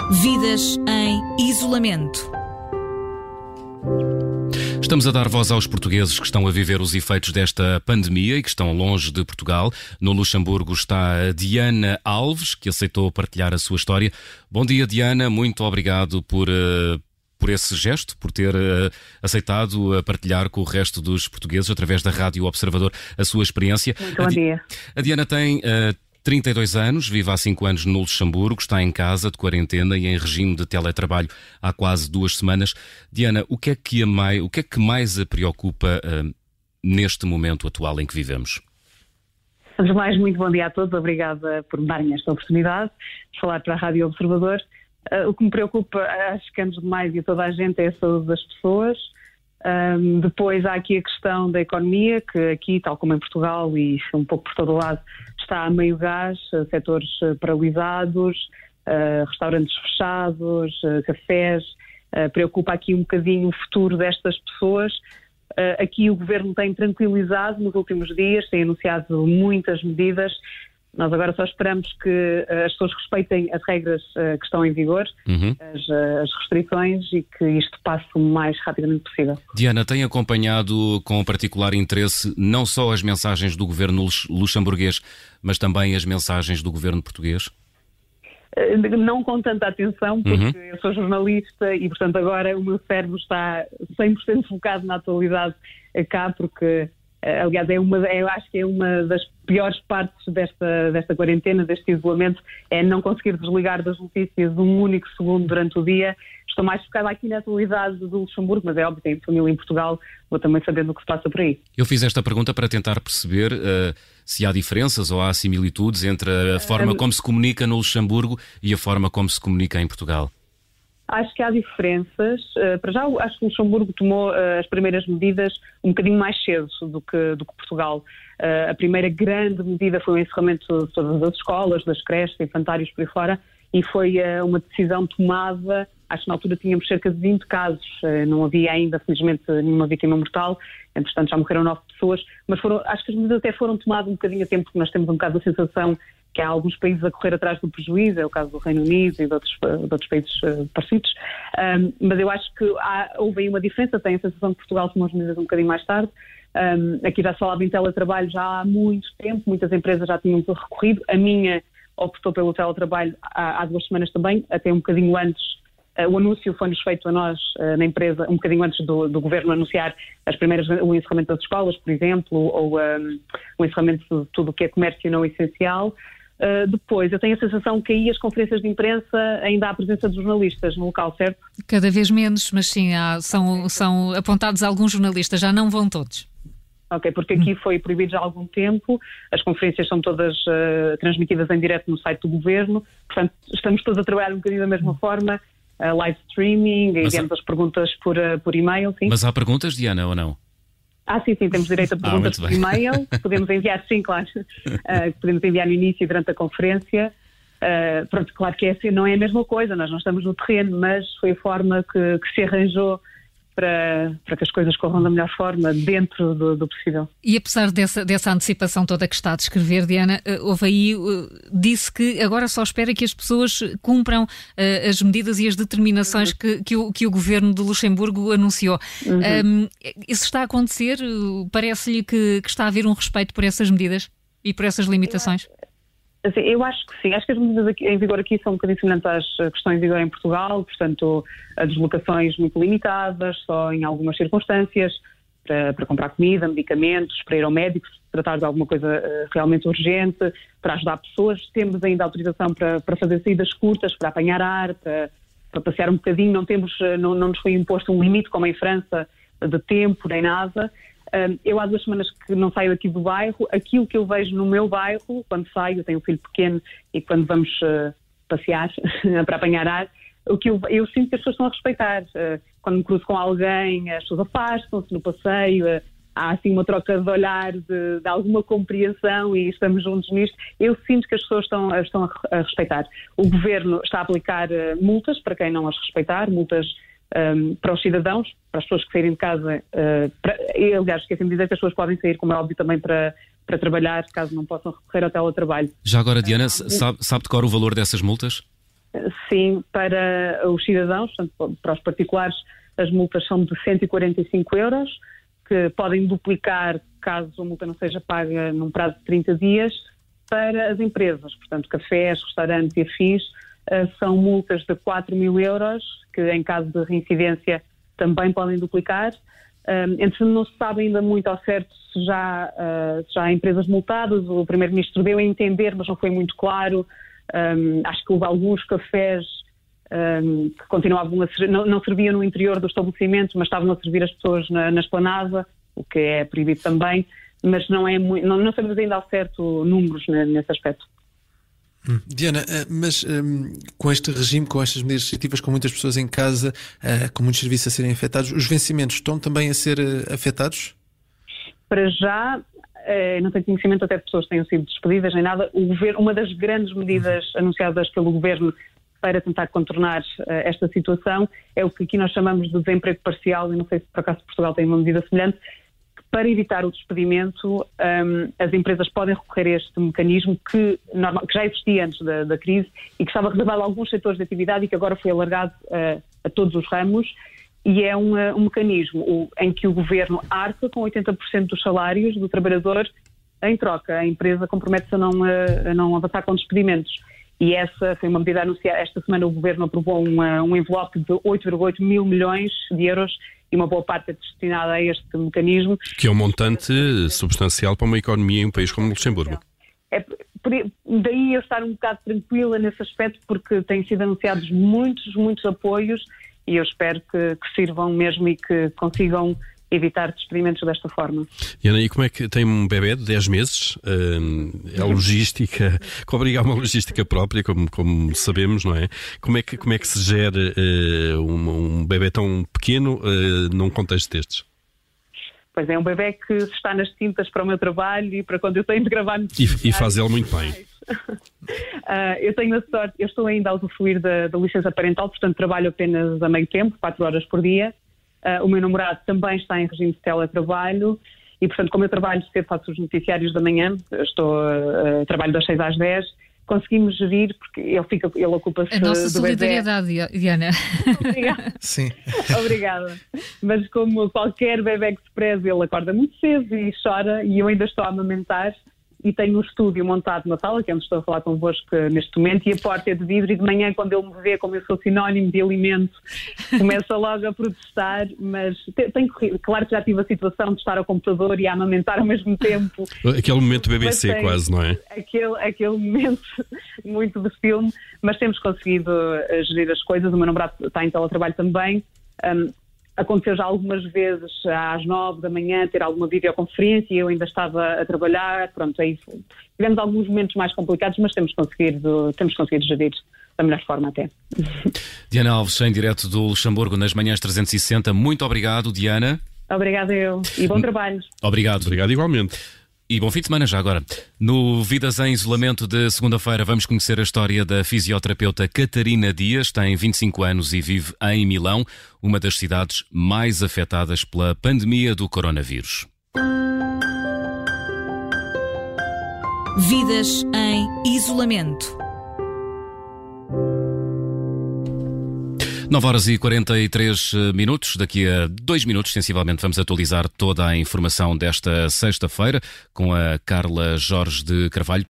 Vidas em isolamento. Estamos a dar voz aos portugueses que estão a viver os efeitos desta pandemia e que estão longe de Portugal. No Luxemburgo está a Diana Alves, que aceitou partilhar a sua história. Bom dia, Diana. Muito obrigado por esse gesto, por ter aceitado partilhar com o resto dos portugueses, através da Rádio Observador, a sua experiência. Muito bom dia. A Diana tem 32 anos, vive há 5 anos no Luxemburgo, está em casa, de quarentena e em regime de teletrabalho há quase 2 semanas. Diana, o que é que mais a preocupa neste momento atual em que vivemos? Antes de mais, muito bom dia a todos. Obrigada por me darem esta oportunidade de falar para a Rádio Observador. O que me preocupa, acho que antes de mais, e a toda a gente, é a saúde das pessoas. Depois há aqui a questão da economia, que aqui, tal como em Portugal e um pouco por todo o lado, está a meio gás, setores paralisados, restaurantes fechados, cafés. Preocupa aqui um bocadinho o futuro destas pessoas. Aqui o Governo tem tranquilizado nos últimos dias, tem anunciado muitas medidas. Nós agora só esperamos que as pessoas respeitem as regras que estão em vigor, as restrições, e que isto passe o mais rapidamente possível. Diana, tem acompanhado com particular interesse não só as mensagens do governo luxemburguês, mas também as mensagens do governo português? Não com tanta atenção, porque eu sou jornalista e, portanto, agora o meu cérebro está 100% focado na atualidade cá, porque... Aliás, eu acho que é uma das piores partes desta quarentena, deste isolamento, é não conseguir desligar das notícias um único segundo durante o dia. Estou mais focada aqui na atualidade do Luxemburgo, mas é óbvio, tenho família em Portugal, vou também sabendo o que se passa por aí. Eu fiz esta pergunta para tentar perceber se há diferenças ou há similitudes entre a forma como se comunica no Luxemburgo e a forma como se comunica em Portugal. Acho que há diferenças. Para já, acho que o Luxemburgo tomou as primeiras medidas um bocadinho mais cedo do que Portugal. A primeira grande medida foi o encerramento de todas as escolas, das creches, infantários por aí fora, e foi uma decisão tomada. Acho que na altura tínhamos cerca de 20 casos, não havia ainda, felizmente, nenhuma vítima mortal, entretanto já morreram 9 pessoas, mas acho que as medidas até foram tomadas um bocadinho a tempo, porque nós temos um bocado a sensação que há alguns países a correr atrás do prejuízo, é o caso do Reino Unido e de outros países parecidos, mas eu acho que houve aí uma diferença. Tenho a sensação que Portugal tomou as medidas um bocadinho mais tarde. Aqui já se falava em teletrabalho já há muito tempo, muitas empresas já tinham recorrido, a minha optou pelo teletrabalho há 2 semanas também, até um bocadinho antes. O anúncio foi-nos feito a nós, na empresa, um bocadinho antes do Governo anunciar o encerramento das escolas, por exemplo, ou o encerramento de tudo o que é comércio não essencial. Depois, eu tenho a sensação que aí as conferências de imprensa ainda há a presença de jornalistas no local, certo? Cada vez menos, mas sim, são apontados alguns jornalistas, já não vão todos. Ok, porque aqui foi proibido já há algum tempo, as conferências são todas transmitidas em direto no site do Governo, portanto estamos todos a trabalhar um bocadinho da mesma forma, live streaming, enviamos as perguntas por e-mail. Sim. Mas há perguntas, Diana, ou não? Sim, temos direito a perguntas por e-mail, podemos enviar, sim, claro, podemos enviar no início e durante a conferência. Pronto, claro que não é a mesma coisa, nós não estamos no terreno, mas foi a forma que se arranjou para que as coisas corram da melhor forma, dentro do possível. E apesar dessa antecipação toda que está a descrever, Diana, disse que agora só espera que as pessoas cumpram as medidas e as determinações que o Governo de Luxemburgo anunciou. Isso está a acontecer? Parece-lhe que está a haver um respeito por essas medidas e por essas limitações? Eu acho que sim. Acho que as medidas em vigor aqui são um bocadinho semelhantes às que estão em vigor em Portugal, portanto, deslocações muito limitadas, só em algumas circunstâncias, para comprar comida, medicamentos, para ir ao médico, se tratar de alguma coisa realmente urgente, para ajudar pessoas. Temos ainda autorização para fazer saídas curtas, para apanhar ar, para passear um bocadinho. Não nos foi imposto um limite, como em França, de tempo, nem nada. Eu há 2 semanas que não saio aqui do bairro. Aquilo que eu vejo no meu bairro, quando saio, eu tenho um filho pequeno, e quando vamos passear para apanhar ar, eu sinto que as pessoas estão a respeitar. Quando me cruzo com alguém, as pessoas afastam-se no passeio, há assim uma troca de olhar, de alguma compreensão, e estamos juntos nisto. Eu sinto que as pessoas estão a respeitar. O Governo está a aplicar multas para quem não as respeitar, multas para os cidadãos, para as pessoas que saírem de casa. Aliás, esqueci-me de dizer que as pessoas podem sair, como é óbvio, também para trabalhar, caso não possam recorrer ao teletrabalho. Já agora, Diana, sabe de cor o valor dessas multas? sim, para os cidadãos, portanto, para os particulares, as multas são de 145 euros, que podem duplicar caso a multa não seja paga num prazo de 30 dias. Para as empresas, portanto, cafés, restaurantes e afins, são multas de 4.000 euros, que em caso de reincidência também podem duplicar. Entretanto, não se sabe ainda muito ao certo se já há empresas multadas. O Primeiro-Ministro deu a entender, mas não foi muito claro. Acho que houve alguns cafés que continuavam não serviam no interior do estabelecimento, mas estavam a servir as pessoas na esplanada, o que é proibido também, mas não sabemos ainda ao certo números nesse aspecto. Diana, mas com este regime, com estas medidas restritivas, com muitas pessoas em casa, com muitos serviços a serem afetados, os vencimentos estão também a ser afetados? Para já, não tenho conhecimento até de pessoas que tenham sido despedidas nem nada. O governo, uma das grandes medidas anunciadas pelo governo para tentar contornar esta situação é o que aqui nós chamamos de desemprego parcial, e não sei se por acaso Portugal tem uma medida semelhante. Para evitar o despedimento, as empresas podem recorrer a este mecanismo que já existia antes da crise e que estava reservado a alguns setores de atividade e que agora foi alargado a todos os ramos, e é um mecanismo em que o governo arca com 80% dos salários do trabalhador. Em troca, a empresa compromete-se a não avançar com despedimentos. E essa foi uma medida anunciada. Esta semana o governo aprovou um envelope de 8,8 mil milhões de euros, e uma boa parte é destinada a este mecanismo. Que é um montante substancial para uma economia em um país como Luxemburgo. Daí eu estar um bocado tranquila nesse aspecto, porque têm sido anunciados muitos apoios, e eu espero que sirvam mesmo e que consigam evitar despedimentos desta forma. Diana, e como é que tem um bebê de 10 meses? A logística, que obriga a uma logística própria, como sabemos, não é? Como é que se gera um bebê tão pequeno num contexto destes? Pois é, um bebê que está nas tintas para o meu trabalho e para quando eu tenho de gravar... E faz ele muito bem. Eu tenho a sorte, eu estou ainda a usufruir da licença parental, portanto trabalho apenas a meio tempo, 4 horas por dia. O meu namorado também está em regime de teletrabalho e, portanto, como eu trabalho cedo, faço os noticiários da manhã, trabalho das 6 às 10, conseguimos gerir, porque ele ocupa-se a nossa do solidariedade, bebê. Diana. Obrigada. Sim. Obrigada. Mas como qualquer bebê que se preze, ele acorda muito cedo e chora, e eu ainda estou a amamentar. E tenho um estúdio montado na sala, que é onde estou a falar convosco neste momento, e a porta é de vidro, e de manhã, quando ele me vê, como eu sou sinónimo de alimento, começa logo a protestar, mas tenho corrido. Claro que já tive a situação de estar ao computador e a amamentar ao mesmo tempo. Aquele momento BBC quase, não é? Aquele momento muito de filme, mas temos conseguido gerir as coisas. O meu namorado está em teletrabalho também. Aconteceu já algumas vezes às 9 da manhã ter alguma videoconferência e eu ainda estava a trabalhar. Pronto, é isso. Tivemos alguns momentos mais complicados, mas temos conseguido gerir da melhor forma até. Diana Alves, em direto do Luxemburgo, nas manhãs 360. Muito obrigado, Diana. Obrigada eu. E bom trabalho. Obrigado. Obrigado igualmente. E bom fim de semana já agora. No Vidas em Isolamento de segunda-feira vamos conhecer a história da fisioterapeuta Catarina Dias. Tem 25 anos e vive em Milão, uma das cidades mais afetadas pela pandemia do coronavírus. Vidas em Isolamento. 9 horas e 43 minutos. Daqui a 2 minutos, sensivelmente, vamos atualizar toda a informação desta sexta-feira com a Carla Jorge de Carvalho.